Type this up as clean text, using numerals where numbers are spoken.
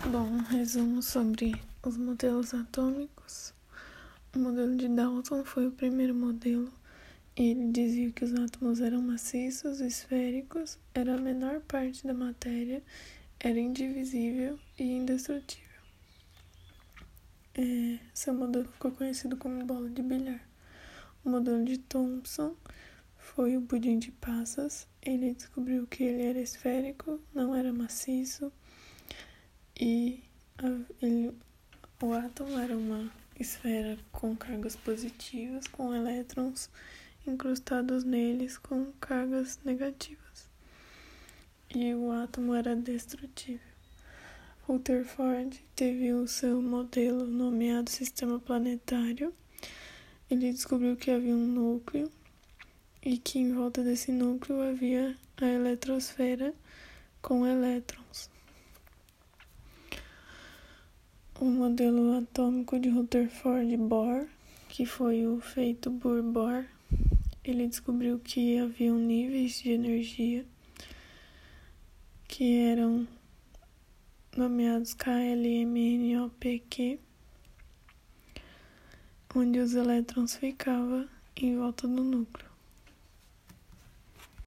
Bom, um resumo sobre os modelos atômicos. O modelo de Dalton foi o primeiro modelo e ele dizia que os átomos eram maciços, esféricos, era a menor parte da matéria, era indivisível e indestrutível. Seu modelo ficou conhecido como bola de bilhar. O modelo de Thomson foi o pudim de passas. Ele descobriu que ele era esférico, não era maciço e o átomo era uma esfera com cargas positivas, com elétrons incrustados neles com cargas negativas. E o átomo era destrutível. Rutherford teve o seu modelo nomeado sistema planetário. Ele descobriu que havia um núcleo e que em volta desse núcleo havia a eletrosfera com elétrons. O modelo atômico de Rutherford-Bohr, que foi o feito por Bohr, ele descobriu que haviam níveis de energia que eram nomeados KLMNOPQ, onde os elétrons ficavam em volta do núcleo.